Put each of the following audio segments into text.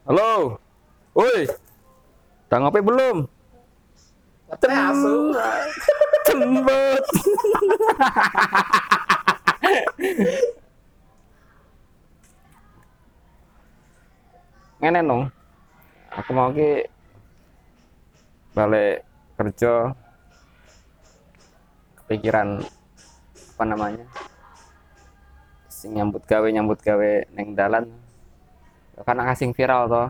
Halo, woi, udah ngopi belum? Ngeteh asu. Cembet. Ngene dong, aku mau ki balik kerja, kepikiran apa namanya, sing nyambut gawe neng dalan, karena asing viral toh,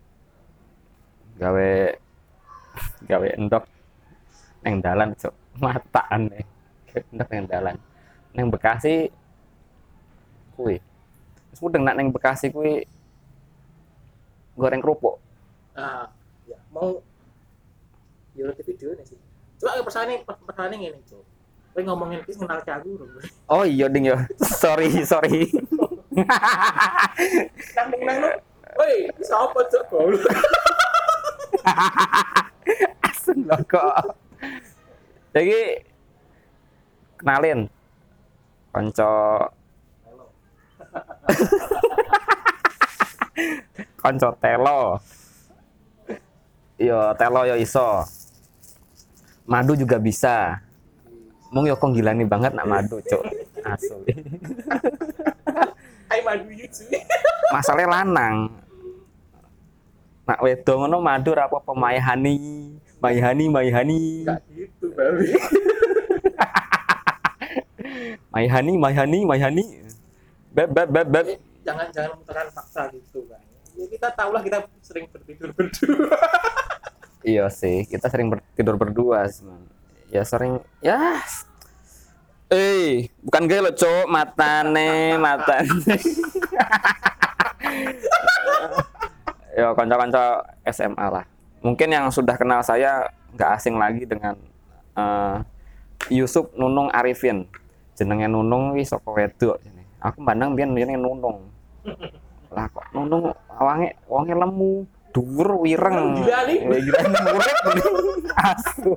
gawe gawe endok neng dalan cok, mataan nih, endok neng dalan, neng Bekasi, kui, mudeng nak neng Bekasi kui goreng kerupuk. Nah, ya mau ya lihat video nih sih. Coba persoalannya ini tuh. Kowe ngomongin kis kenal cagu dong. Oh iya ding ya, sorry. Nang nang. Woi, siapa cok kau? Asem loh kok. Jadi kenalin konco konco telo. Yo telo yo iso. Madu juga bisa. Mung yo kok gilani banget nak madu, Cuk. Asli. Hai madu yucu. Masalahnya lanang. Nak wedo ngono madu ra apa-apa mayhani. Enggak gitu, babi. Mayhani. Beb. Jangan memutarkan fakta gitu kan. Ya kita tahu lah kita sering bertidur berdua. Iya sih, kita sering tidur berdua sih, Man. Ya sering ya. Bukan gay lo, Cok. Matane. Ya kanca-kanca SMA lah. Mungkin yang sudah kenal saya nggak asing lagi dengan eh, Yusuf Nunung Arifin. Jenenge Nunung wis saka wedok jene. Aku mandang biyen jenenge Nunung. Lah kok Nunung wonge lemu, dhuwur wireng. Gilani. Gilani urip. Asu.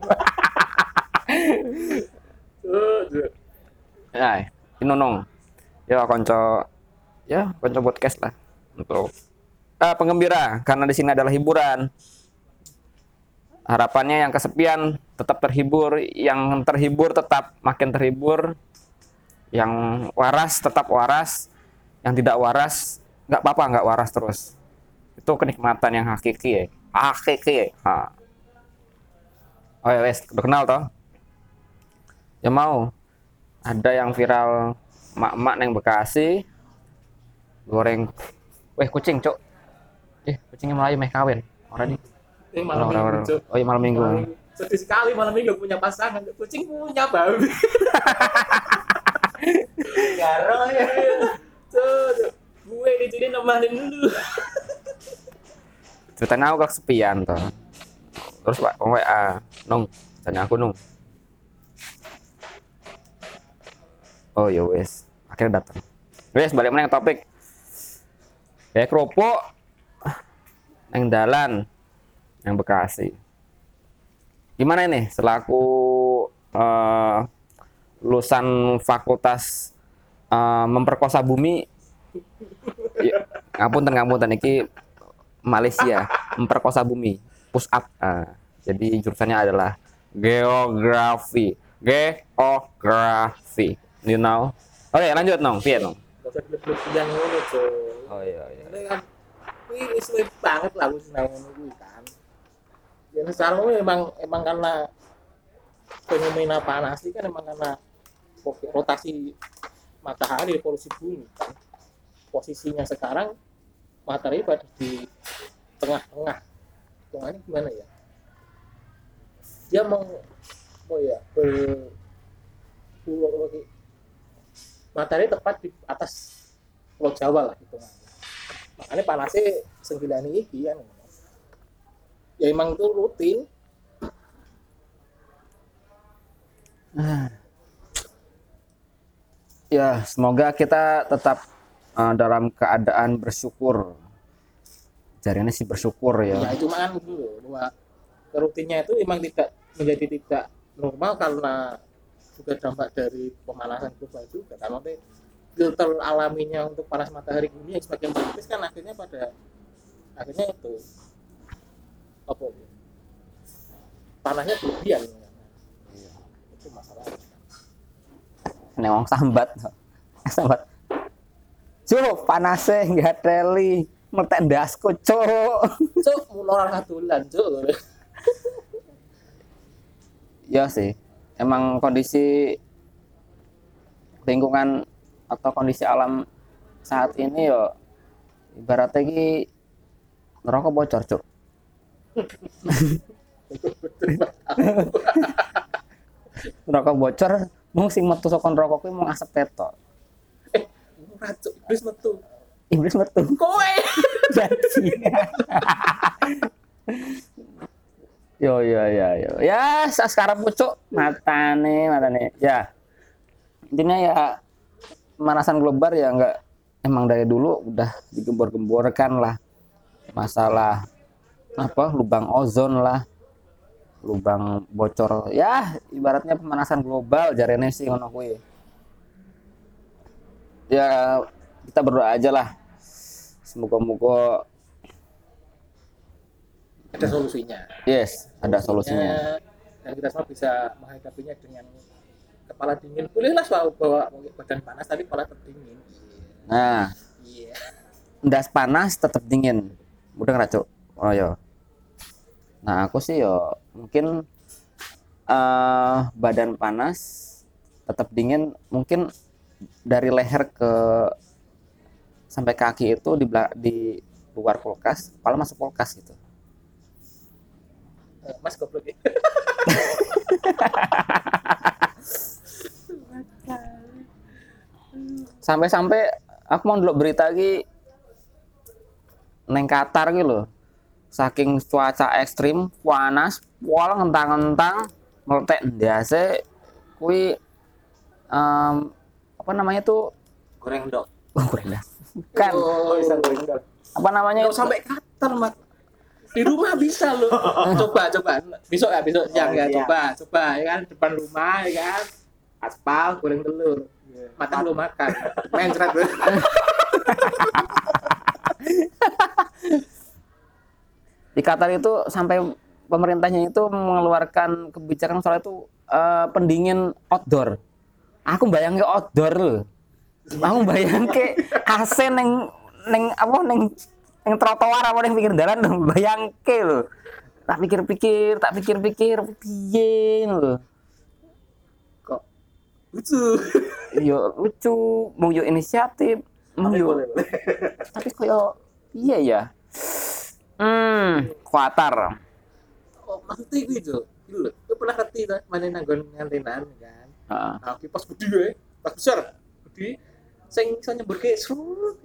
Ya, ini Nunung. Ya kanca podcast lah untuk penggembira karena di sini adalah hiburan. Harapannya yang kesepian tetap terhibur, yang terhibur tetap makin terhibur, yang waras tetap waras, yang tidak waras nggak apa-apa nggak waras terus. Itu kenikmatan yang hakiki ya. Hakiki. Ha. Oh ya wes, udah kenal toh? Ya mau. Ada yang viral mak-mak neng Bekasi goreng kucing, Cok. Kucingnya Melayu meh kawin. Orang di Ini malam minggu, Cok. Oh iya malam minggu. Sedih sekali malam minggu punya pasangan. Kucing punya babi. Garo ya. Cok. Gue di sini nemanin dulu. Ceritanya aku kesepian toh. Terus Pak WA, Nung, tanya aku Nung. Oh ya wes, akhirnya datang. Wes balik meneng topik. Ya kerupuk neng dalan yang Bekasi. Gimana ini selaku lulusan fakultas memperkosa bumi? Ya, ngapunten iki Malaysia memperkosa bumi push up. Jadi jurusannya adalah geografi. You know. Oke, lanjut Nong. Piye Nong? Gak usah belum yang ngono, Cok. Oh iya. Ini kan ini sulit banget lah wis nang ngono kuwi kan. Ya sekarang emang karena fenomena panas ini kan emang karena rotasi matahari, polusi bumi kan. Posisinya sekarang matahari pada di tengah-tengah. Hitungannya gimana ya? Dia matahari tepat di atas Pulau Jawa lah hitungannya. Makanya panasnya senggilani iki kan. Ya emang itu rutin. Ya, semoga kita tetap dalam keadaan bersyukur. Jarinya sih bersyukur ya. Ya itu kan dulu bahwa rutinnya itu emang tidak normal karena juga dampak dari pemanasan global juga karena filter alaminya untuk panas matahari bumi yang sebagian tipis kan akhirnya pada akhirnya itu apa panahnya berlebihan. Itu masalah. Nek wong sambat. Sambat. Cuk, panase nggak teli. Metek ndasku, cuk. Cuk, mulo ora kadulan, cuk. Ya sih. Emang kondisi lingkungan atau kondisi alam saat ini yo ibaratnya ki neraka bocor, cuk. Neraka bocor, mung sing metu saka neraka kuwi mung asap tetok. Ora cuk, iblis metu. Iblis metu. Kowe. Bajingan. Yo yo yo yo. Ya, sekarang pucuk matane. Ya. Intinya ya pemanasan global ya enggak emang dari dulu udah digembor-gemborkan lah. Masalah apa lubang ozon lah. Lubang bocor. Ya, ibaratnya pemanasan global jarene sih ngono kuwi. Ya, kita berdoa aja lah. Semoga-moga Ada solusinya. yes, ada solusinya. Dan kita semua bisa menghadapinya dengan kepala dingin. Bolehlah soal bawa badan panas tapi kepala terdingin. Nah, Iya. ndas panas tetap dingin. Udah nggak, Cuk? Oh yo. Nah, aku sih yo mungkin badan panas tetap dingin mungkin dari leher ke sampai kaki itu di luar kulkas, kepala masuk kulkas gitu. Mas goblok ya. Sampai-sampai aku mau ndelok berita lagi neng Qatar gitu loh. Saking cuaca ekstrim, panas, pol ngentang-ngentang, meletek ndase kui apa namanya tuh Goreng dok. goreng dah. Kan Oh, bisa goreng dok. apa namanya? Nggak sampai Qatar, Mat. Di rumah bisa loh. Coba. Besok siang ya, coba ya kan depan rumah ya kan. Aspal goreng telur. Mata belum makan. Mencret. Di Qatar itu sampai pemerintahnya itu mengeluarkan kebijakan soal itu pendingin outdoor. Aku bayang ke outdoor loh. Aku bayang ke AC neng trotoar apa neng pinggir jalan loh. Bayang ke loh. Tak pikir-pikir piye loh. Kok lucu. Yo lucu, mau yo inisiatif, mau yo. Tapi koyo iya ya. Qatar. Oh, maksudnya itu lho. Lu pernah ngerti ta mana nanggon ngantenan kan? Heeh. Nah, kipas gede ya, kipas besar. Gede. Sing iso nyemburke serut.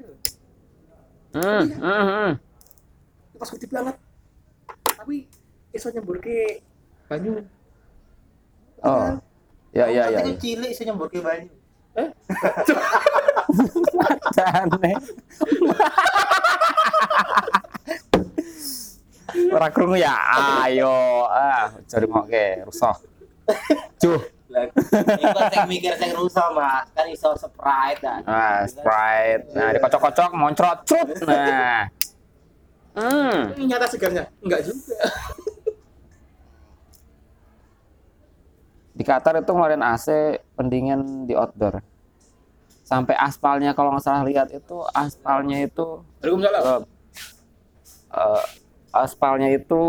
Kipas gede banget. Tapi iso nyemburke banyu. Oh. Ya. Itu cilik iso nyemburke banyu. Macane. Ora krungu ya. Ayo, cari ngoke rusuh. Cuh. Lah, iku sing mikir sing rusak, Mas. Kan iso Sprite kan. Sprite. Nah, dikocok-kocok, moncrot, crut. Nah. Ini nyata segarnya. Enggak juga. Di Qatar itu ngeluarin AC pendingin di outdoor. Sampai aspalnya kalau nggak salah lihat itu aspalnya itu Waalaikumsalam. aspalnya itu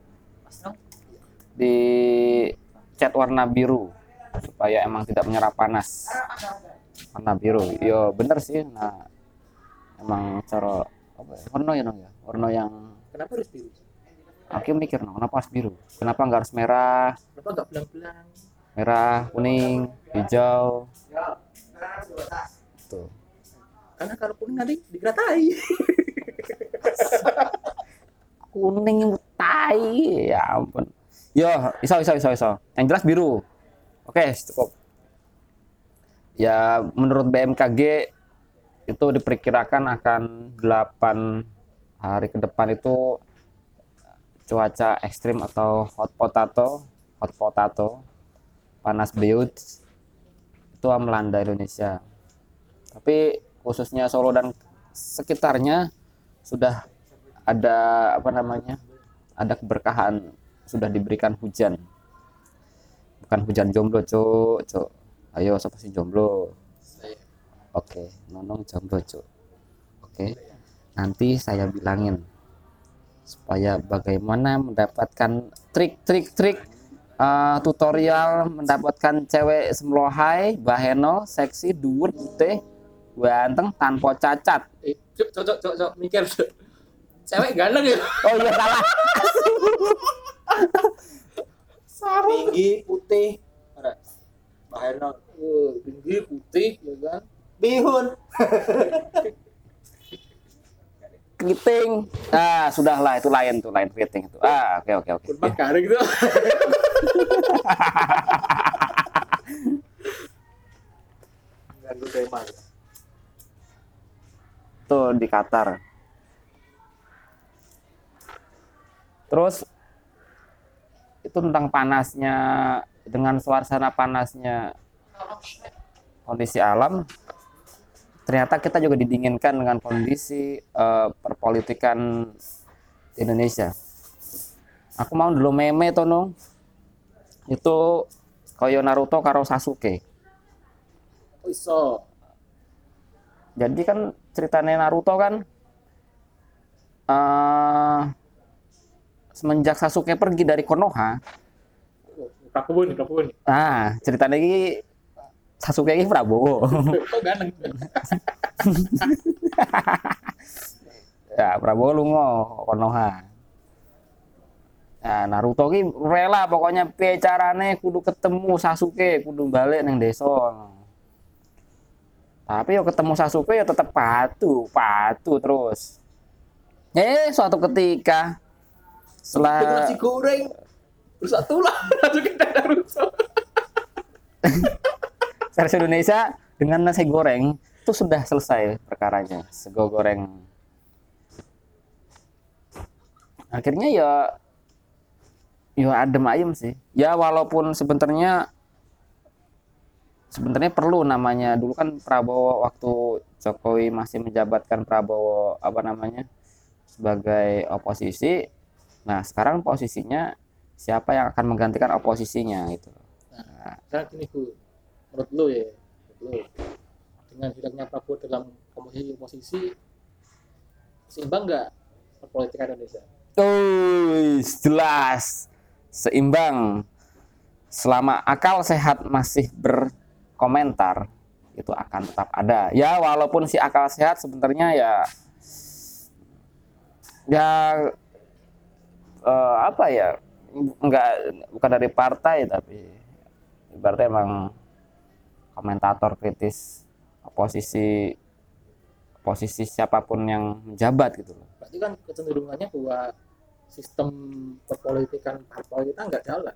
di cat warna biru supaya emang tidak menyerap panas. Warna biru. Yo bener sih. Nah, emang cara apa ya? Warna ya nong ya. Warna yang Kenapa harus biru? aku mikir nong, kenapa harus biru? Kenapa nggak harus merah? Kenapa enggak belang-belang? Merah, kuning, hijau. Tuh. Karena kalau kuning nanti dikeratai. Kuning tai ya ampun. Yo, iso. Yang jelas biru. Oke, cukup. Ya, menurut BMKG itu diperkirakan akan 8 hari ke depan itu cuaca ekstrim atau hot potato, panas beyut itu melanda Indonesia. Tapi khususnya Solo dan sekitarnya sudah ada apa namanya? Ada keberkahan, sudah diberikan hujan. Bukan hujan jomblo, Cuk. Ayo, siapa sih jomblo? Saya. Oke, Nonong jomblo, Cuk. Oke. Nanti saya bilangin supaya bagaimana mendapatkan trik tutorial mendapatkan cewek semlohai, baheno, seksi, dhuwur, putih, ganteng, tanpa cacat. Cok, mikir Cok. Cewek ganteng ya. Oh iya salah. Tinggi, putih. Ada. Baheno. Tinggi, putih, ya kan. Bihun. Keriting. Sudahlah, itu lain keriting itu. Oke. Kurban garing gitu. Ganggu tema. Tuh di Qatar. Terus itu tentang panasnya, dengan suasana panasnya kondisi alam, ternyata kita juga didinginkan dengan kondisi perpolitikan Indonesia. Aku mau dulu meme tono itu koyo Naruto karo Sasuke. Oh, iso. Jadi kan ceritanya Naruto kan semenjak Sasuke pergi dari Konoha, Prabowo nih. ceritanya ini Sasuke ini Prabowo. Kok ganteng? Ya, Prabowo lunga Konoha. Nah, Naruto ki rela pokoknya piye carane kudu ketemu Sasuke, kudu balik nang desa. Tapi yo ketemu Sasuke yo tetep patuh terus. Suatu ketika setelah Nasi goreng. Rusak tulang. Langsung kita Naruto. versi Indonesia dengan nasi goreng itu sudah selesai perkaranya. Sego goreng. Akhirnya ya adem ayem sih. Ya walaupun sebenarnya perlu namanya, dulu kan Prabowo waktu Jokowi masih menjabatkan Prabowo apa namanya sebagai oposisi. Nah sekarang posisinya siapa yang akan menggantikan oposisinya itu. Nah, sekarang gini Bu, menurut lu dengan hilangnya Prabowo dalam oposisi seimbang nggak perpolitikan Indonesia? Jelas seimbang. Selama akal sehat masih berkomentar, itu akan tetap ada. Ya walaupun si akal sehat sebenarnya apa ya, bukan dari partai, tapi ibaratnya emang komentator kritis oposisi siapapun yang menjabat gitu loh. Berarti kan kecenderungannya bahwa sistem perpolitikan parpol kita nggak jalan.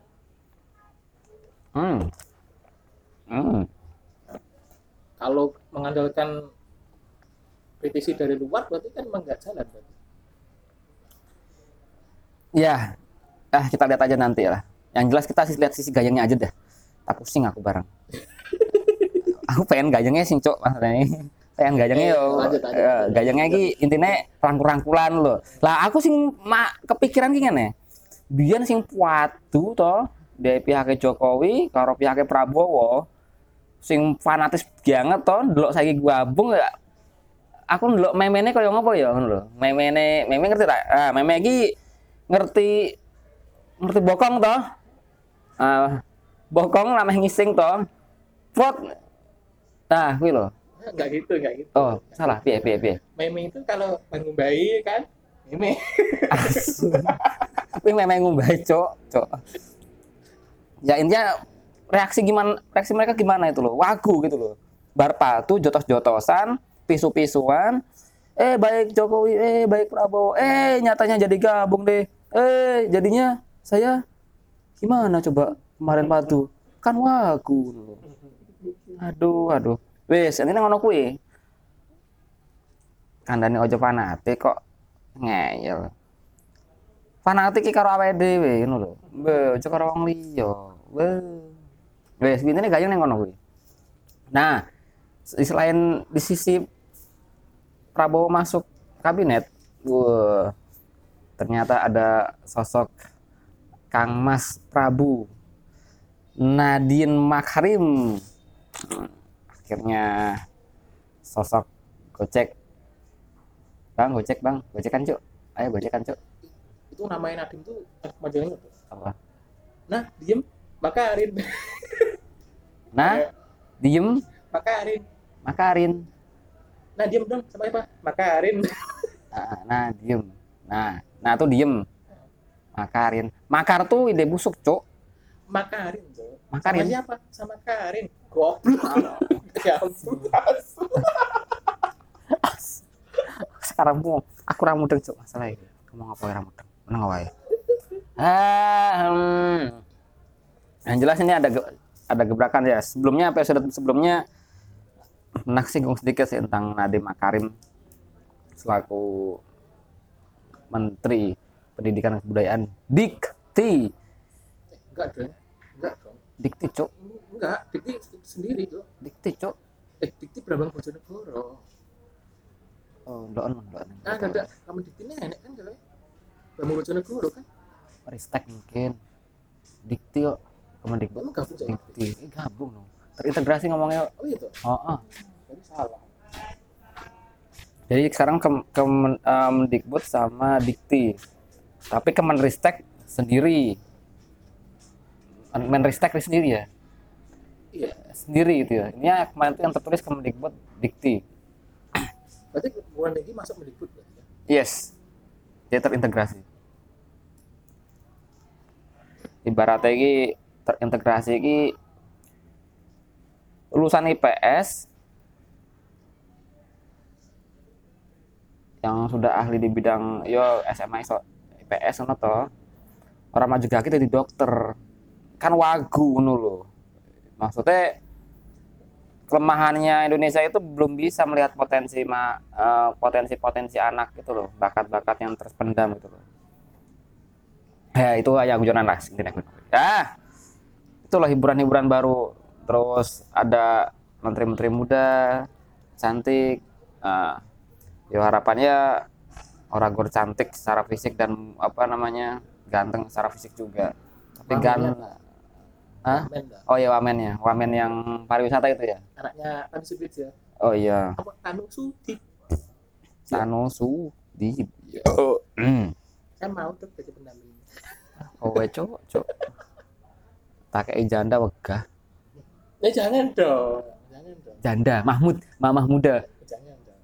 Kalau mengandalkan kritisi dari luar berarti kan emang nggak jalan berarti. Ya, kita lihat aja nanti lah. Yang jelas kita lihat sisi gayangnya aja dah. Tak pusing aku bareng. Aku pengen gayangnya sing cok maksudnya. Pengen gayangnya gayangnya ki intinya rangkul-rangkulan loh. Lah aku sing kepikiran ki ngene. Biyen sing puatu to dari pihak Jokowi karo pihak Prabowo sing fanatis banget to ndelok saiki gabung ya. Aku ndelok meme-ne koyo ngopo ya ngono lho. Meme ngerti tak? Meme iki ngerti bokong toh, bokong namanya ngising toh, pot, kuwi loh. Nggak gitu. Oh salah, piye. Meme itu kalau bangun bayi kan, meme. Tapi memang ngumbai cok. Ya intinya reaksi mereka gimana itu loh, wagu gitu loh, barpatu, jotos-jotosan, pisu-pisuan. Baik Jokowi, baik Prabowo, nyatanya jadi gabung deh. Jadinya saya gimana coba kemarin padu kan wagu. Aduh. Wes, ini ngono kuwi. Kandhane ojo fanatik kok ngeyel. Fanatik iki karo awake dhewe ngono lho. Ojo karo wong liya. Wes, intine gayeng ning ngono kuwi. Nah, selain di sisi Prabowo masuk kabinet, Wah, ternyata ada sosok Kang Mas Prabu Nadine Makarim. Akhirnya sosok Gojek. Bang, Gojek bang, gojekan cuk. Ayo gojekan cuk. Itu namanya Nadim tuh majalahnya tuh. Apa? Nah, diem, makarin. Nah, diem, Makarin. makarin. Nah, diem dong sama apa? Makarin. Nah, diem. Nah tuh diem. Makarin. Makar tuh ide busuk cuk. Makarin tuh. Makarin. Sama siapa? Sama Karin. Goblok. Ya ampun. Sekarang aku ramudeng cuk masalah ini. Ngomong apa ramudeng? Menang wae. Yang jelas ini ada gebrakan ya. Sebelumnya episode sebelumnya singgung sedikit sih tentang Nadiem Makarim selaku Menteri Pendidikan dan Kebudayaan Dikti. Enggak dong. Enggak dong. Dikti cuk. Enggak, Dikti sendiri tuh. Dikti cuk. Dikti Brambang Bojonegoro. Oh, doan. Nah, ada kamu Dikti nenek kan kalau Brambang Bojonegoro kan. Ristek mungkin. Dikti kok Kemendikbud. Emang gabung jadi Dikti. Gabung dong. Terintegrasi ngomongnya. Oh iya tuh. Oh. Jadi salah. Jadi sekarang Mendikbud sama Dikti. Tapi Kemenristek sendiri. Menristek sendiri ya. Iya. Sendiri itu ya. Ini kemarin itu yang tertulis Kemendikbud Dikti. Berarti bukan lagi masuk Mendikbud berarti ya? Yes. Dia terintegrasi. Ibaratnya ini terintegrasi ini lulusan IPS yang sudah ahli di bidang SMA IPS ngono to. Orang maju gaki jadi dokter. Kan wagu ngono lho. Maksudnya kelemahannya Indonesia itu belum bisa melihat potensi anak gitu loh, bakat-bakat yang terpendam gitu loh. Ya itu aja gujonan lah intinya. Ya, itulah hiburan-hiburan baru. Terus ada menteri-menteri muda, cantik. Ya harapannya orang gur cantik secara fisik dan ganteng secara fisik juga. Tapi Wamennya, ganteng. Hah? Wamen dah. Oh iya wamen yang pariwisata itu ya. Anaknya kan Sudip ya. Oh iya. Apa Tanu Sudip? Sudi. Oh. Saya mau tuh jadi pendamping. Oh cok. Tak kayak janda wegah. Ya jangan dong. Janda mamah muda. Jangan dong.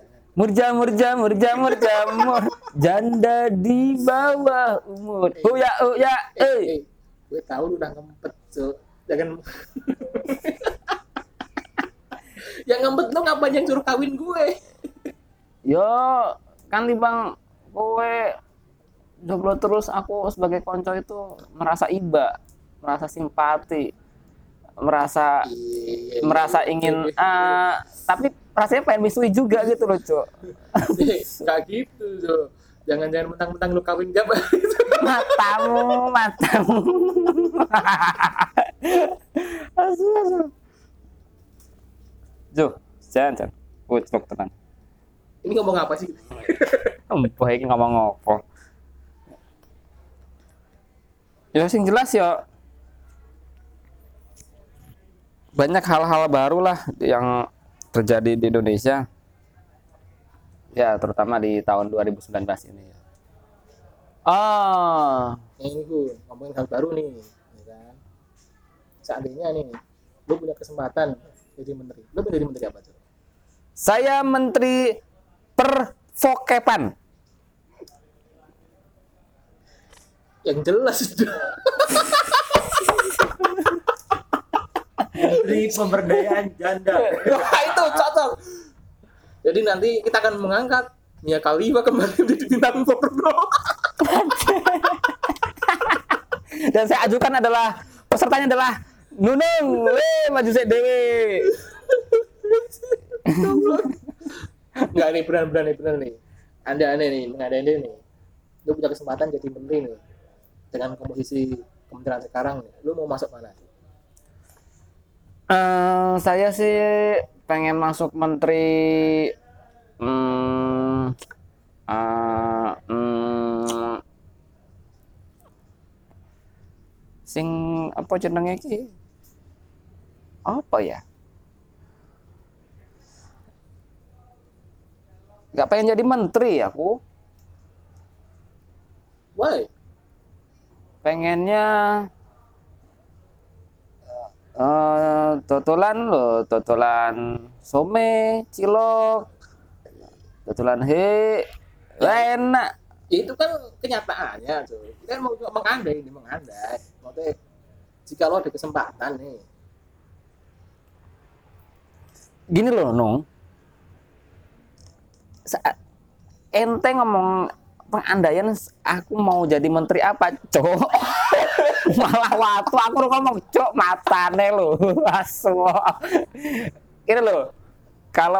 Murja. Janda di bawah umur. Oh ya. Gue tahu lu udah ngempet, Cuk. Jangan. Yang ngempet lu ngapain yang suruh kawin gue? Yo, kan bang kowe jomblo terus, aku sebagai konco itu merasa iba, merasa simpati, merasa ingin tapi rasanya pengen misui juga gitu loh, Cuk. Enggak gitu, Cuk. Jangan mentang-mentang lu kawin gak. matamu asu. Jangan ucok tenang. Ini ngomong apa sih? Empoh iki ngomong apa? Ya sing jelas ya banyak hal-hal baru lah yang terjadi di Indonesia. Ya, terutama di tahun 2019 ini ya. Ini gue ngomongin hal baru nih, ya kan? Seandainya nih, lu punya kesempatan jadi menteri. Lu mau jadi menteri apa, Cuk? Saya Menteri Pervokepan. Yang jelas itu. Menteri Pemberdayaan Janda. Wah, itu cocok. Jadi nanti kita akan mengangkat Mia Khalifa kembali menjadi bintang porno. Dan saya ajukan pesertanya adalah Nunung, maju saya dewe. Enggak nih, benar nih. Anda nih, mengadain nih. Lu punya kesempatan jadi menteri nih. Dengan komposisi kementerian sekarang nih. Lu mau masuk mana? Saya sih pengen masuk menteri sing apa jenenge iki? Apa ya? Gak pengen jadi menteri aku. Why? Pengennya totolan some, cilok, totolan enak. Ya, itu kan kenyataannya tuh. Kita kan mau mengandai ini, mengandai. Maksudnya jika lo ada kesempatan nih. Gini loh, Nong. Ente ngomong pengandaian aku mau jadi menteri apa, Cok? Malah waktu aku ngomong, Cok, matane lo. Asu. Gini loh. Kalau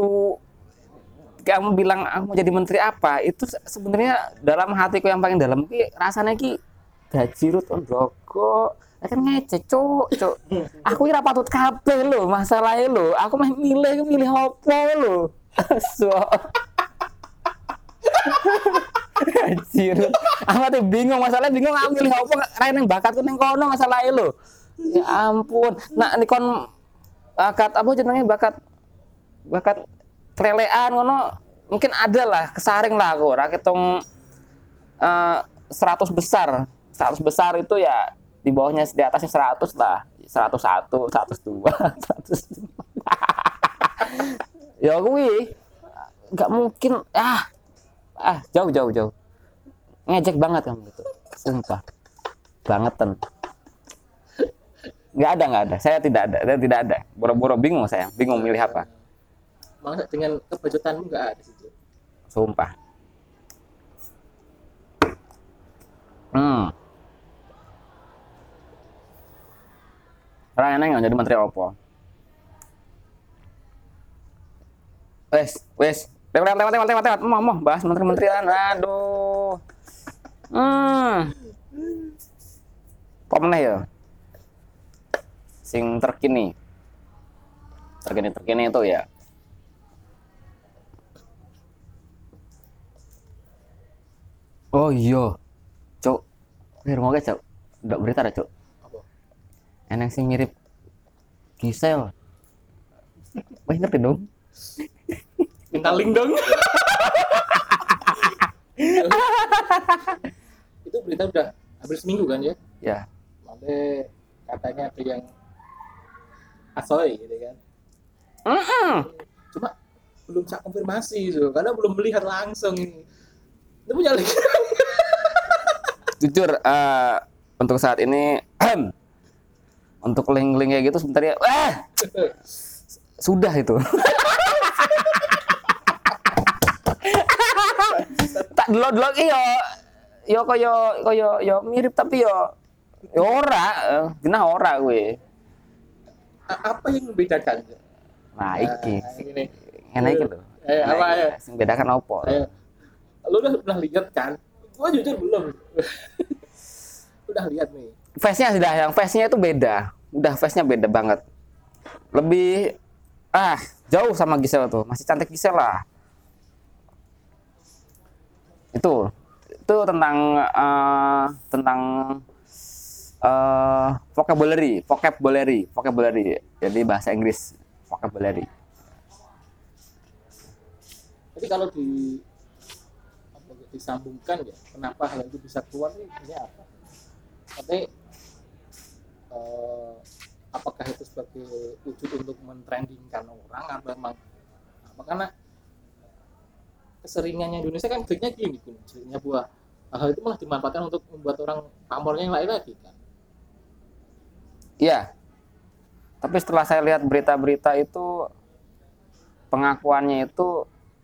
kamu bilang aku mau jadi menteri apa, itu sebenarnya dalam hatiku yang paling dalam ki rasanya ki gaji rut ondoko kan ngece cuk. Aku ora patut kabeh lho masalahnya lho. Aku mah milih opo lho. So. Gaji rut. Aku tuh bingung masalahnya bingung aku milih opo ra nang bakatku ning kono masalahnya lho. Ya ampun. Nah nikon bakat apa jenenge bakat kelelean ngono mungkin ada lah kesaring lah aku ora ketung 100 besar itu ya di bawahnya di atasnya 100 lah 101 102 100 ya kuwi nggak mungkin jauh ngejek banget kamu gitu sumpah bangetan nggak ada saya tidak ada boro-boro bingung milih apa. Masa dengan kebajutanmu nggak ada situ. Sumpah. Raya neng jadi menteri apa? Wes. Lewat. Mau bahas menteri-menterian. Aduh. Apa meneh ya? Sing terkini itu ya. Oh iya, Cuk. Ngomongnya Cuk. Ndak berita ada, Cuk. Apa? Eneng sing mirip Gisel. Wah, ngerti dong. Minta link dong. Itu berita udah hampir seminggu kan ya? Ya. Makanya katanya ada yang asoy gitu kan. Cuma belum saya konfirmasi so, karena belum melihat langsung ini. Itu punya link. Jujur, untuk saat ini untuk link-link kayak gitu sebenarnya sudah itu. Tak delok yo koyo mirip tapi yo genah ora gue. Apa yang membedakan? Nah, iki. Ini. Ngene iki lho. Apa ya? Sing bedakan opo? Lu udah pernah lihat kan? Gua jujur belum. Udah lihat nih. Face-nya itu beda. Udah face-nya beda banget. Lebih jauh sama Gisel tuh. Masih cantik Gisel lah. Itu tentang vocabulary. Jadi bahasa Inggris vocabulary. Jadi kalau disambungkan ya, kenapa hal itu bisa keluar ini apa? Tapi apakah itu sebagai wujud untuk mentrendingkan orang atau memang apa? Karena keseringannya Indonesia kan triknya gini, seringnya buah hal itu malah dimanfaatkan untuk membuat orang pamornya yang lain lagi kan. Iya. Tapi setelah saya lihat berita-berita itu pengakuannya itu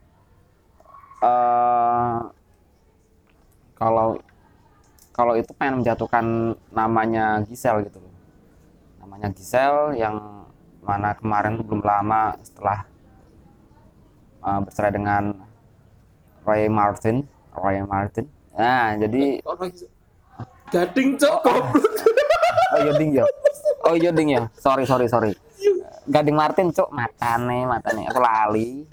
kalau itu pengen menjatuhkan namanya Gisel gitu loh. Namanya Gisel yang mana kemarin belum lama setelah bercerai dengan Roy Martin. Nah, jadi Gading cok goblok. Oh iya ding ya. Sorry. Gading Martin cok matane aku lali.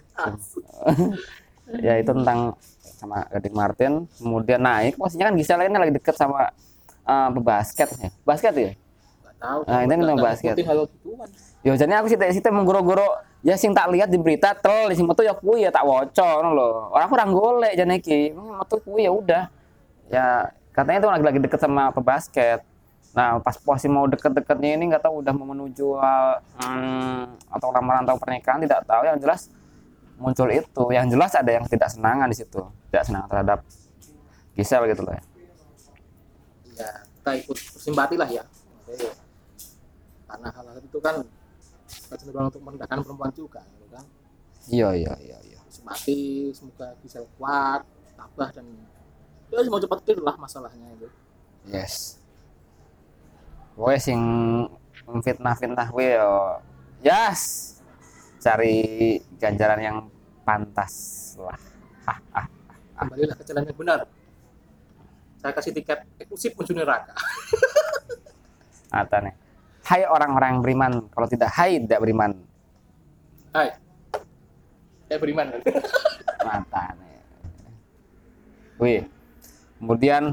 Ya itu tentang sama Gading Martin, kemudian naik posisinya kan Gisel ini lagi deket sama pebasket ya. Basket ya? Nggak tahu. Ah, ini kan Nggak basket. ngikutin hal gituan. Yo jane aku sithik menggoro-goro ya sing tak lihat di berita sing metu ya kuwi ya tak waca ngono lho. Ora aku ora golek jane iki. Metu kuwi ya udah. Ya katanya itu lagi deket sama pebasket. Nah pas posisi mau deket-deketnya ini nggak tahu udah mau menuju atau lamaran atau pernikahan tidak tahu. Yang jelas muncul itu. Yang jelas ada yang tidak senangan di situ. Tidak senang terhadap Gisel gitu loh ya. Ya kita ikut bersimpati lah ya. Oke. Karena hal-hal itu kan kecenderungan untuk merendahkan perempuan juga gitu kan. Iya. Simpati, semoga bisa kuat, tabah dan ya mau cepat clear lah masalahnya itu. Yes. Pokoknya sing fitnah kuwi yo. Yes. Cari ganjaran yang pantas lah. Kembalilah ke jalan yang benar. Saya kasih tiket eksklusif menuju neraka. Ata nih. Hai orang-orang yang beriman, kalau tidak hai tidak beriman. Hai. Saya beriman. Mata nih. Wih. Kemudian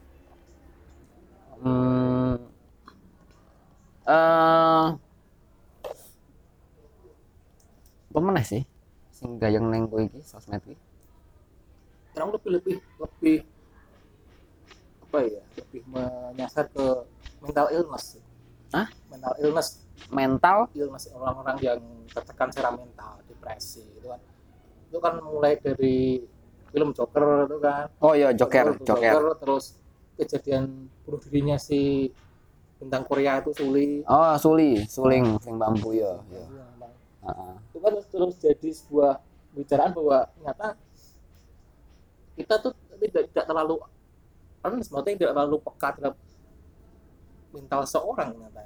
apa meneh sih sing gayeng neng kowe iki sosmed iki? Sekarang lebih apa ya? Lebih menyasar ke mental illness. Hah? Mental illness, Mental? orang-orang yang tertekan secara mental, depresi itu kan. Itu kan mulai dari film Joker itu kan. Oh iya, Joker. Terus kejadian bunuh dirinya si bintang Korea itu Suli. Oh, suling sing bambu ya. Heeh. Itu kan terus jadi sebuah bicaraan bahwa ternyata kita tuh tidak terlalu maksudnya tidak terlalu peka terhadap mental seorang ternyata.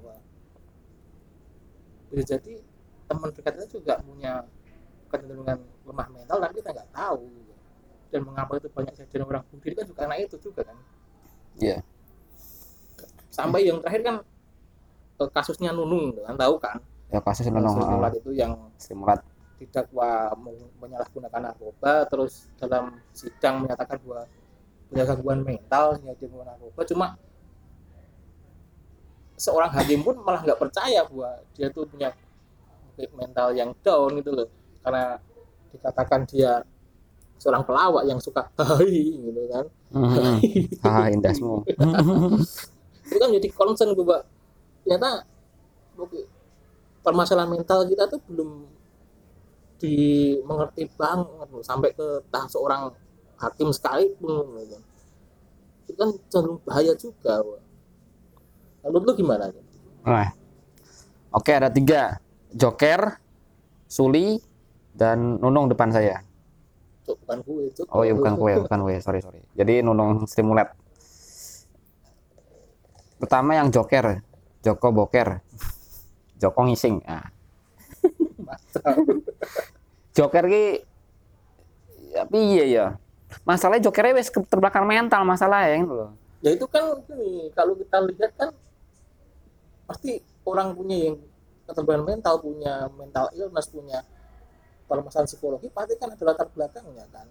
Bisa jadi teman dekat kita juga punya kecenderungan lemah mental tapi kita nggak tahu gitu. Dan mengapa itu banyak kejadian orang bunuh diri kan juga karena itu juga kan. Iya. Sampai yang terakhir kan kasusnya Nunung kan tahu kan. Ya kasus Nunung Stimulat itu yang stimulat. didakwa menyalahgunakan narkoba, terus dalam sidang menyatakan bahwa punya gangguan mental hanya dia menggunakan narkoba. Cuma seorang hakim pun malah nggak percaya bahwa dia tuh punya mental yang down gitu loh, karena dikatakan dia seorang pelawak yang suka hai gitu kan. Indahmu. Itu kan jadi concern gue, Pak. Ternyata permasalahan mental kita tuh belum dimengerti banget loh, sampai ke tahap seorang hakim sekalipun gitu. Itu kan cenderung bahaya juga, Pak. Lalu lu gimana? Nah. Oke, ada 3. Joker, Suli, dan Nunung depan saya. Cuk, bukan gue, Cuk. Oh ya bukan kue. Sorry. Jadi Nunung stimulat. Pertama yang Joker, Joko Boker. Joko ngising. Nah. Joker ki ya piye ya? Masalahnya Jokernya wis terbelakang mental masalahnya gitu loh. Ya itu kan gini, kalau kita lihat kan pasti orang punya yang keterbelakangan mental, punya mental illness, punya permasalahan psikologi, pasti kan ada latar belakangnya kan.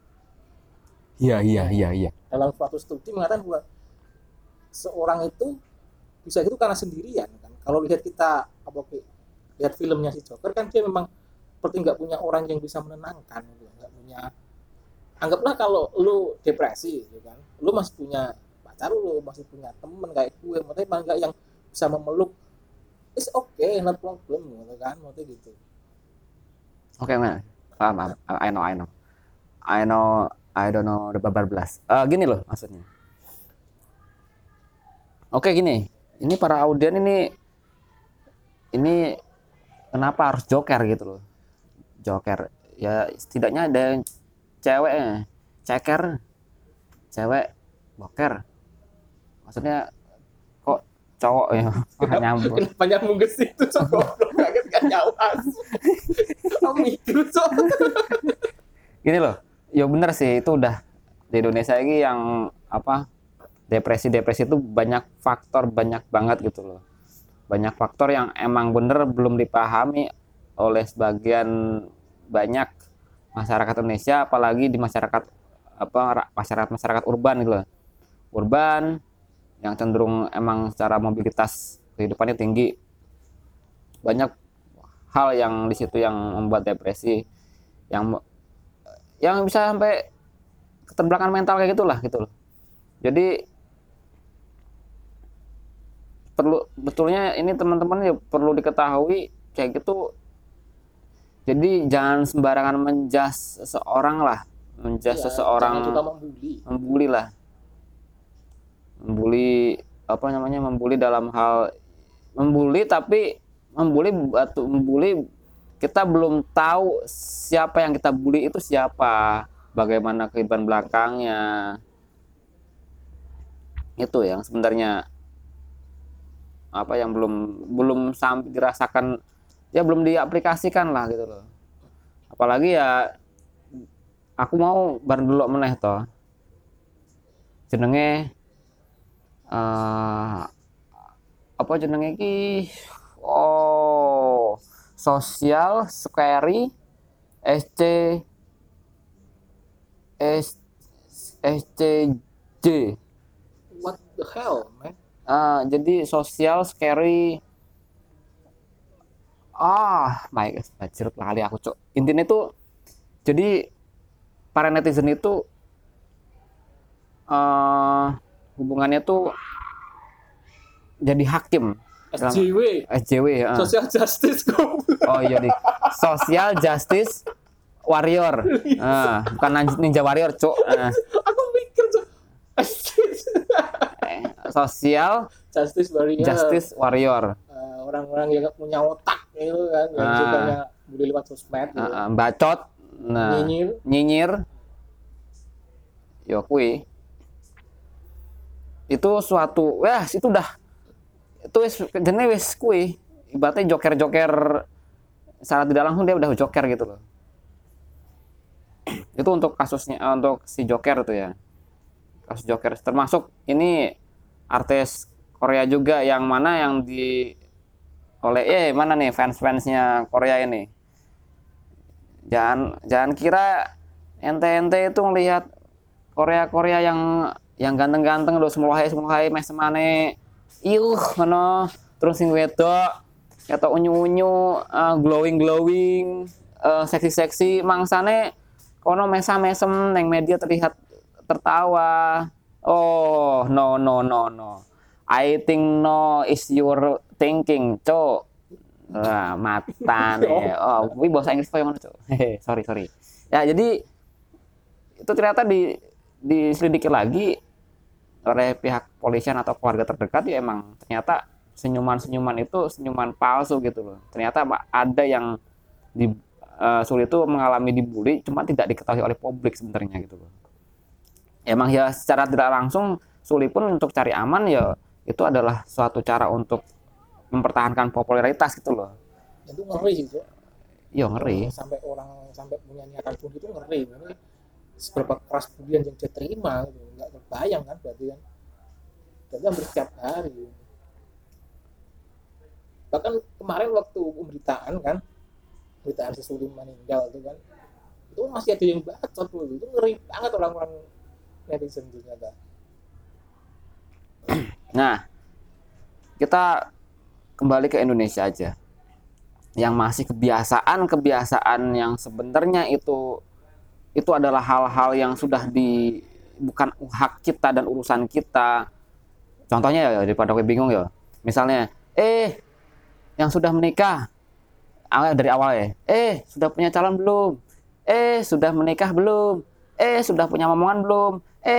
Iya. Dalam suatu studi mengatakan bahwa seorang itu bisa gitu karena sendirian kan. Kalau lihat kita lihat filmnya si Joker kan dia memang seperti nggak punya orang yang bisa menenangkan gitu. Nggak punya, anggaplah kalau lu depresi gitu kan, lu masih punya pacar, lu masih punya temen kayak gue, maksudnya nggak yang bisa memeluk, it's okay, not problem gitu kan, maksudnya gitu. Oke, man. Paham. I don't know the babar blast. Gini loh maksudnya. Oke, gini. Ini para audien ini kenapa harus Joker gitu loh. Joker. Ya setidaknya ada cewek ceker, cewek boker. Maksudnya kok cowok ya nyambung. Kenapa nyambung ke situ? Goblok banget kan nyawas. Mikir Gini loh. Ya bener sih, itu udah di Indonesia ini yang depresi itu banyak banget gitu loh. Banyak faktor yang emang bener belum dipahami oleh sebagian banyak masyarakat Indonesia, apalagi di masyarakat urban gitu loh. Urban yang cenderung emang secara mobilitas kehidupannya tinggi, banyak hal yang di situ yang membuat depresi, yang bisa sampai keterbelakangan mental kayak gitulah gitu loh. Jadi betulnya ini teman-teman ya perlu diketahui kayak gitu. Jadi jangan sembarangan menjas seseorang lah, menjas seseorang, jangan juga membuli lah, membuli dalam hal membuli, tapi membuli kita belum tahu siapa yang kita bully itu siapa, bagaimana kehidupan belakangnya, itu yang sebenarnya apa yang belum sampai dirasakan, ya belum diaplikasikan lah gitu loh. Apalagi ya aku mau bar dulu meneh toh jenenge apa jenenge iki, Social Security SC SCJ. What the hell, man? Jadi Social Security, my god, bajir kali aku cok. Intinya tuh jadi para netizen itu hubungannya tuh jadi hakim. SJW Social Justice Oh iya di Social Justice Warrior. Bukan Ninja Warrior cok. Aku mikir Social Justice Warrior. Orang-orang yang gak punya otak gitu kan, yang sukanya bully lewat sosmed gitu. Bacot, nyinyir. Yo kui. Itu suatu, itu jenis wis kui. Ibaratnya joker-joker secara tidak langsung dia udah joker gitu loh. Itu untuk kasusnya, untuk si Joker tuh ya. Kasus Joker termasuk ini artis Korea juga yang mana yang oleh mana nih fans-fansnya Korea ini. Jangan kira ente itu ngelihat Korea yang ganteng-ganteng udah semulai mes semane. Ngono. Terus sing wedok atau unyu-unyu, glowing, seksi-seksi mangsane kono mesem neng media terlihat tertawa. Oh, no. I think no is your thinking, cok. Mata nih. Oh, gue bahasa Inggris kok yang mana, cok? Sorry. Ya, jadi itu ternyata diselidiki lagi oleh pihak polisian atau keluarga terdekat, ya emang ternyata senyuman itu senyuman palsu gitu loh. Ternyata ada yang Suli itu mengalami dibully, cuma tidak diketahui oleh publik sebenarnya gitu loh. Emang ya secara tidak langsung Suli pun untuk cari aman ya itu adalah suatu cara untuk mempertahankan popularitas gitu loh. Itu ngeri sih, Cok. Iya ngeri. Sampai punya niatan bunuh itu ngeri. Ini seberapa keras bulian yang dia terima gitu. Nggak terbayang kan berarti kan. Jadi hampir setiap hari. Bahkan kemarin waktu pemberitaan si Suli meninggal itu kan, itu masih ada yang bacot loh. Itu ngeri banget orang-orang netizen ternyata. Nah, kita kembali ke Indonesia aja, yang masih kebiasaan yang sebenarnya itu adalah hal-hal yang sudah bukan hak kita dan urusan kita. Contohnya ya daripada gue bingung ya, misalnya yang sudah menikah dari awal ya, sudah punya calon belum, sudah menikah belum, sudah punya momongan belum,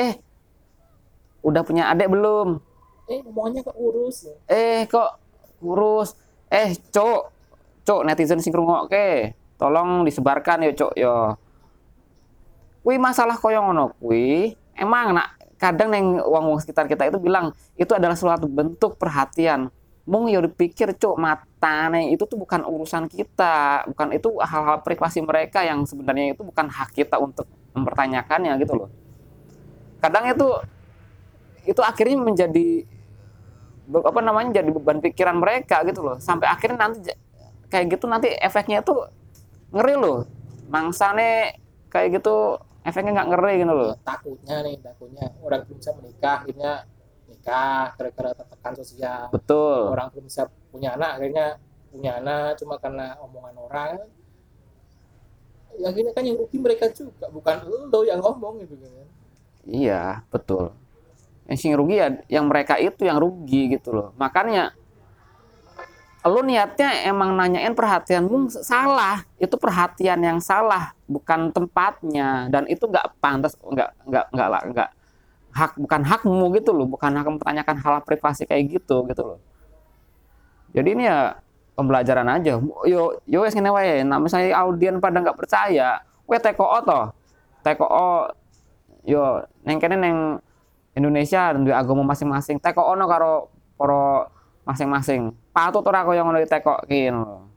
udah punya adik belum, Momongannya kok urus kok urus, cok netizen sing ngrungokke tolong disebarkan ya cok yo. Kuwi masalah koyo ngono kuwi emang kadang neng wong sekitar kita itu bilang itu adalah suatu bentuk perhatian. Mung yo dipikir cok matane itu tuh bukan urusan kita, bukan, itu hal-hal privasi mereka yang sebenarnya itu bukan hak kita untuk mempertanyakannya gitu loh. Kadang itu akhirnya menjadi jadi beban pikiran mereka gitu loh, sampai akhirnya nanti kayak gitu, nanti efeknya itu ngeri loh, mangsane kayak gitu efeknya nggak ngeri gitu loh. Takutnya orang belum bisa menikah akhirnya nikah gara-gara tertekan sosial. Betul. Orang belum bisa punya anak, akhirnya punya anak cuma karena omongan orang. Ya akhirnya kan yang rugi mereka juga, bukan lo yang ngomong gitu kan. Iya, betul. Yang rugi ya yang mereka itu yang rugi gitu loh. Makanya lu niatnya emang nanyain perhatianmu salah, itu perhatian yang salah, bukan tempatnya, dan itu nggak pantas, nggak hak, bukan hakmu gitu loh, bukan hak mempertanyakan hal privasi kayak gitu loh. Jadi ini ya pembelajaran aja. Yo wes ngene wae, nah misalnya audien pada nggak percaya, we TKO toh, TKO yo neng kene neng Indonesia dan agama masing-masing, TKO no karo para masing-masing. Patut ora kaya ngono ditekokin lho.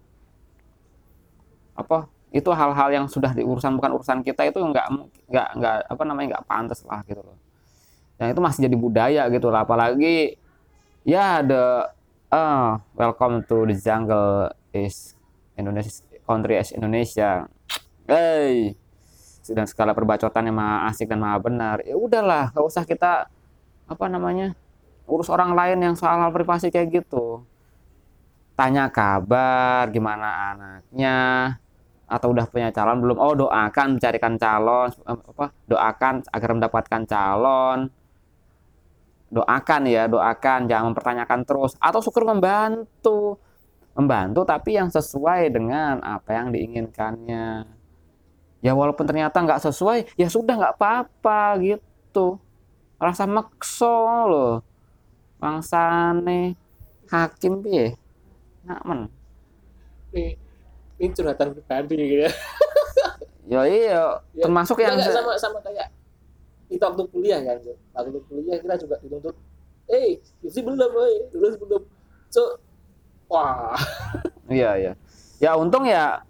Apa itu hal-hal yang sudah diurusan bukan urusan kita itu nggak apa namanya nggak pantas lah gitu loh. Dan itu masih jadi budaya gitu lah, apalagi ya welcome to the jungle is Indonesia, country as Indonesia. Hey, dan segala perbacotan yang maha asik dan maha benar. Ya udahlah, nggak usah kita apa namanya urus orang lain yang soal hal privasi kayak gitu. Tanya kabar, gimana anaknya, atau udah punya calon belum? Oh, doakan mencarikan calon, doakan agar mendapatkan calon. Doakan ya, doakan, jangan mempertanyakan terus. Atau syukur membantu tapi yang sesuai dengan apa yang diinginkannya. Ya walaupun ternyata nggak sesuai, ya sudah nggak apa-apa gitu. Rasa makso loh, bangsane hakim piye? Nak Ini curhatan pribadi gitu ya. Ya iya, Ya, termasuk yang sama kayak itu waktu kuliah kan. Waktu kuliah kita juga dituntut, isi belum, lulus belum. So, wah. iya. Ya untung ya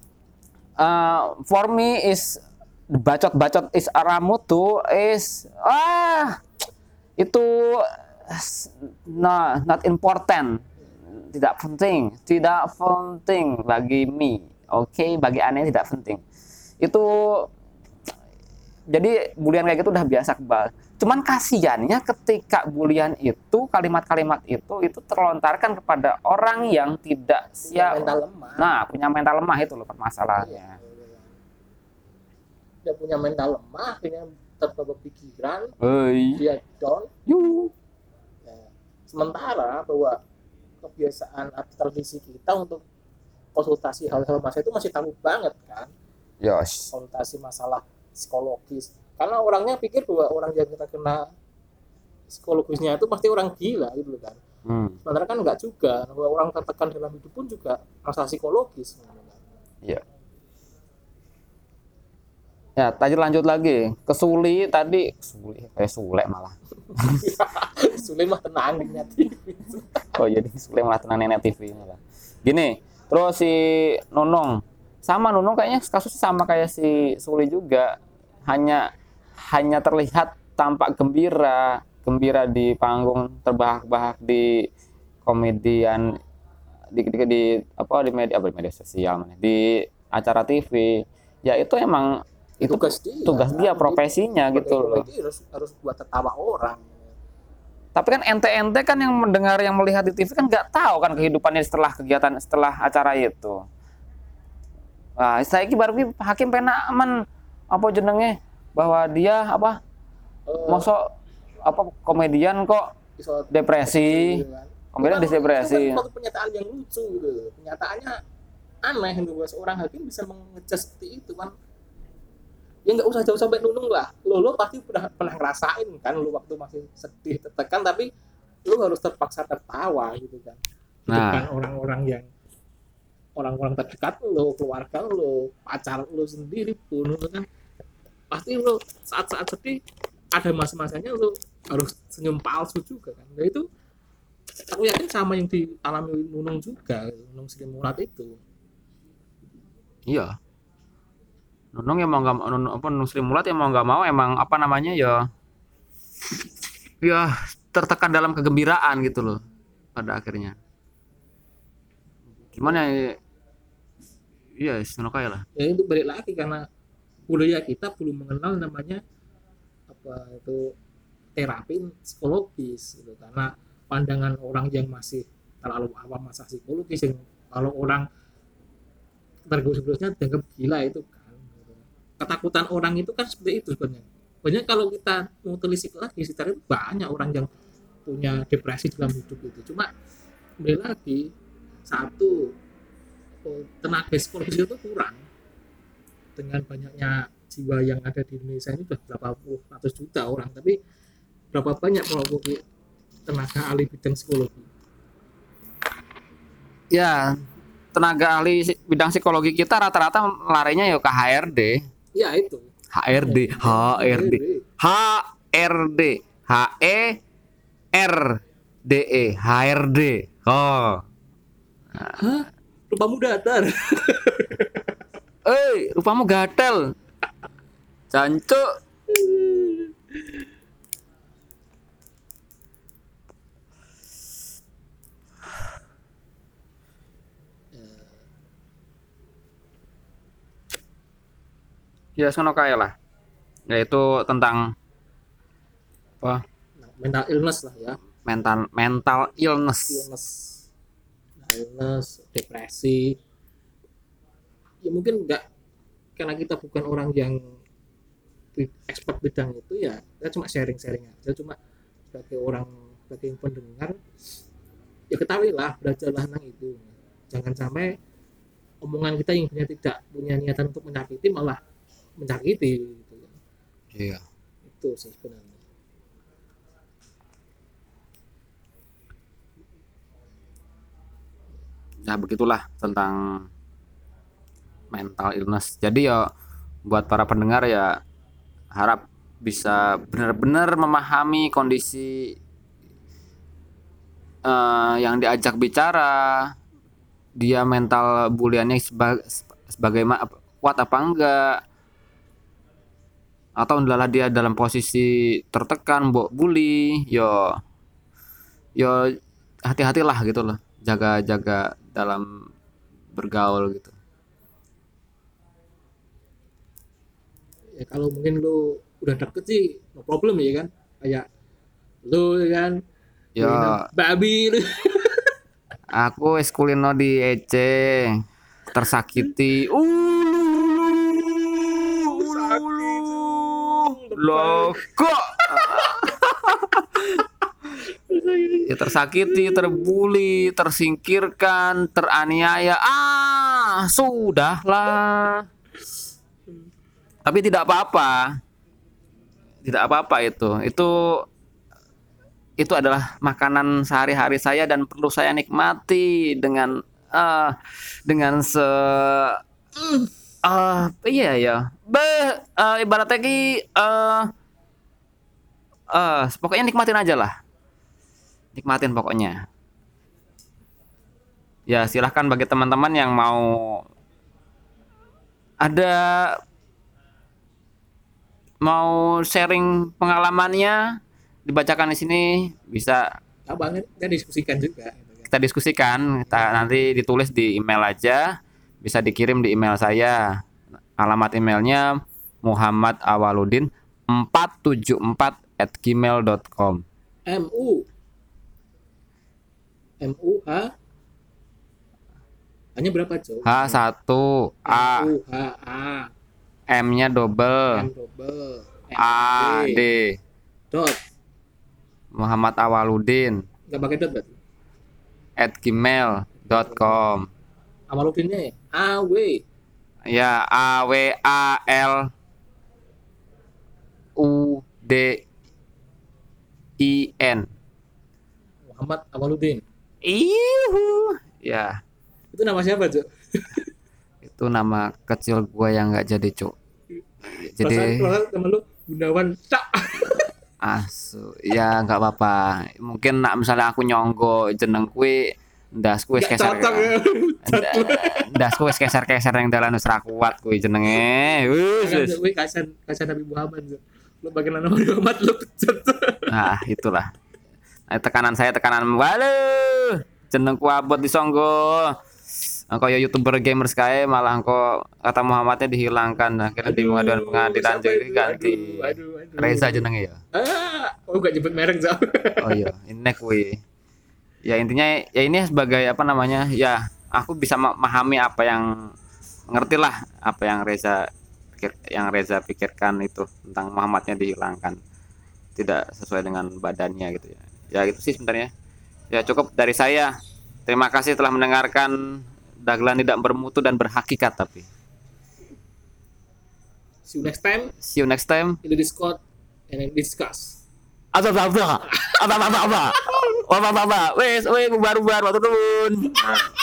for me is bacot is aramutu is itu not important, tidak penting bagi me, oke, bagi aneh tidak penting itu. Jadi bulian kayak gitu udah biasa kebal. Cuman kasihannya ketika bulian itu kalimat-kalimat itu terlontarkan kepada orang yang tidak siap, Mental lemah. nah punya mental lemah, itu loh permasalahannya. Dia punya mental lemah, dia terbawa pikiran, Hei, dia down. Nah, sementara bahwa kebiasaan atau tradisi kita untuk konsultasi hal-hal masa itu masih tabu banget kan. yos, Konsultasi masalah psikologis, karena orangnya pikir bahwa orang yang kita kena psikologisnya itu pasti orang gila gitu kan. Sebenarnya kan enggak juga, bahwa orang tertekan dalam hidup pun juga masalah psikologis. iya. Ya, tadi lanjut lagi ke Suli tadi, Sule malah. Sulit mah tenang di TV. Oh jadi Sule malah tenang nenek TV malah. Gini, terus si Nunung sama Nunung kayaknya kasusnya sama kayak si Suli juga, hanya terlihat tampak gembira di panggung, terbahak-bahak di komedian di media sosial mana, di acara TV. Ya itu emang itu tugas dia profesinya gitu loh. Harus buat tertawa orang. Tapi kan ente kan yang mendengar, yang melihat di TV kan nggak tahu kan kehidupannya setelah acara itu. Nah, saya baru hakim pena aman apa jenenge bahwa dia mosok komedian kok depresi. Komedian depresi. Itu kan suatu pernyataan yang lucu gitu. Pernyataannya aneh gitu, seorang hakim bisa mengejudge seperti itu kan. Ya nggak usah jauh sampai Nunung lah, lo pasti pernah ngerasain kan, lo waktu masih sedih tertekan tapi lo harus terpaksa tertawa gitu kan. Nah, kan orang-orang terdekat lo, keluarga lo, pacar lo sendiri pun lo kan pasti lo saat-saat sedih ada masa-masanya lo harus senyum palsu juga kan. Nah itu aku yakin sama yang dialami Nunung juga, Nunung Sri Mulat itu. Iya. Nunung yang mau nggak Nunung Sri Mulat yang mau nggak mau emang ya tertekan dalam kegembiraan gitu loh pada akhirnya. Gimana ya? Iya, kayak lah. Ya itu balik lagi karena budaya kita belum mengenal namanya apa itu terapi psikologis gitu. Karena pandangan orang yang masih terlalu awam masalah psikologis, yang kalau orang tergurus-gurusnya dianggap gila itu kan gitu. Ketakutan orang itu kan seperti itu sebenarnya. Banyak kalau kita mau telisik lagi sekitar itu banyak orang yang punya depresi dalam hidup itu. Cuma kembali lagi, satu, tenaga psikologis itu kurang. Dengan banyaknya jiwa yang ada di Indonesia ini sudah berapa puluh ratus juta orang, tapi berapa banyak kalau tenaga ahli bidang psikologi? Ya, tenaga ahli bidang psikologi kita rata-rata larinya ya ke HRD. Ya itu. HRD, HRD, HRD, HERDE, HRD. Oh. Hah? Rupamu datar. Rupamu gatel. Jancuk. Ya sono kae lah. Yaitu tentang apa? Mental illness lah ya. Mental illness. Illness, depresi. Ya mungkin enggak, karena kita bukan orang yang expert bidang itu, ya kita cuma sharing-sharing aja, cuma sebagai orang, sebagai pendengar ya ketahuilah, belajarlah tentang itu. Jangan sampai omongan kita yang sebenarnya tidak punya niatan untuk menyakiti malah menyakiti gitu kan. Iya. Itu sih sebenarnya. Ya begitulah tentang mental illness. Jadi ya buat para pendengar ya harap bisa benar-benar memahami kondisi yang diajak bicara, dia mental buliannya sebagai kuat apa enggak, atau adalah dia dalam posisi tertekan bully, yo hati-hatilah gitu loh, jaga dalam bergaul gitu. Ya kalau mungkin lu udah deket sih no problem ya kan, kayak lu ya kan Ya babi lu. aku wis kulino di Ece tersakiti. Loh kok ya tersakiti, terbuli, tersingkirkan, teraniaya. Sudahlah. Tapi tidak apa-apa. Tidak apa-apa itu. Itu adalah makanan sehari-hari saya dan perlu saya nikmati dengan iya ya. Ibaratnya pokoknya nikmatin aja lah. Nikmatin pokoknya. Ya silahkan bagi teman-teman yang mau sharing pengalamannya dibacakan di sini, bisa Abang kan diskusikan juga gitu kan. kita diskusikan. Nanti ditulis di email aja, bisa dikirim di email saya. Alamat emailnya muhammadawaludin474@gmail.com. MUH hanya berapa Jo? H1 A MUHA M-nya double A D dot Muhammad Awaludin nggak pakai dot berarti? @gmail.com. Awaludinnya ya? AW Ya, AWALUDIN. Muhammad Awaludin. Ya, Itu nama siapa Jo? itu nama kecil gue yang nggak jadi cuk. Jadi Perasaan temen lu Gunawan Cak. asu, ya nggak apa-apa. Mungkin nak misalnya aku nyonggo jeneng kue, ndas kue Nggak keser. cocok ya. Ndas kue keser-keser yang dalan wis ra kuat kue jenenge. Wis. Wih kasihan Nabi Muhammad Jo. Lu bagian nama Muhammad lu pecat. Nah, itulah. Tekanan saya tekanan waduh jenengku abot disonggo. engko ya youtuber gamers kae malah engko kata Muhammadnya dihilangkan akhirnya di pengadilan siapa jadi itu? ganti Aduh. Reza jenenge ya. Oh gak nyebut merek Zam. Oh iya, ini kuwi. Ya intinya ya ini sebagai apa namanya? Ya, aku bisa memahami apa yang ngerti lah apa yang Reza pikirkan itu tentang Muhammadnya dihilangkan. Tidak sesuai dengan badannya gitu ya. Ya gitu sih sebenarnya. Ya cukup dari saya. Terima kasih telah mendengarkan Dagelan Tidak Bermutu dan Berhakikat tapi. See you next time See you next time. in the Discord and then discuss. Apa. Wes, bubar, waktu turun.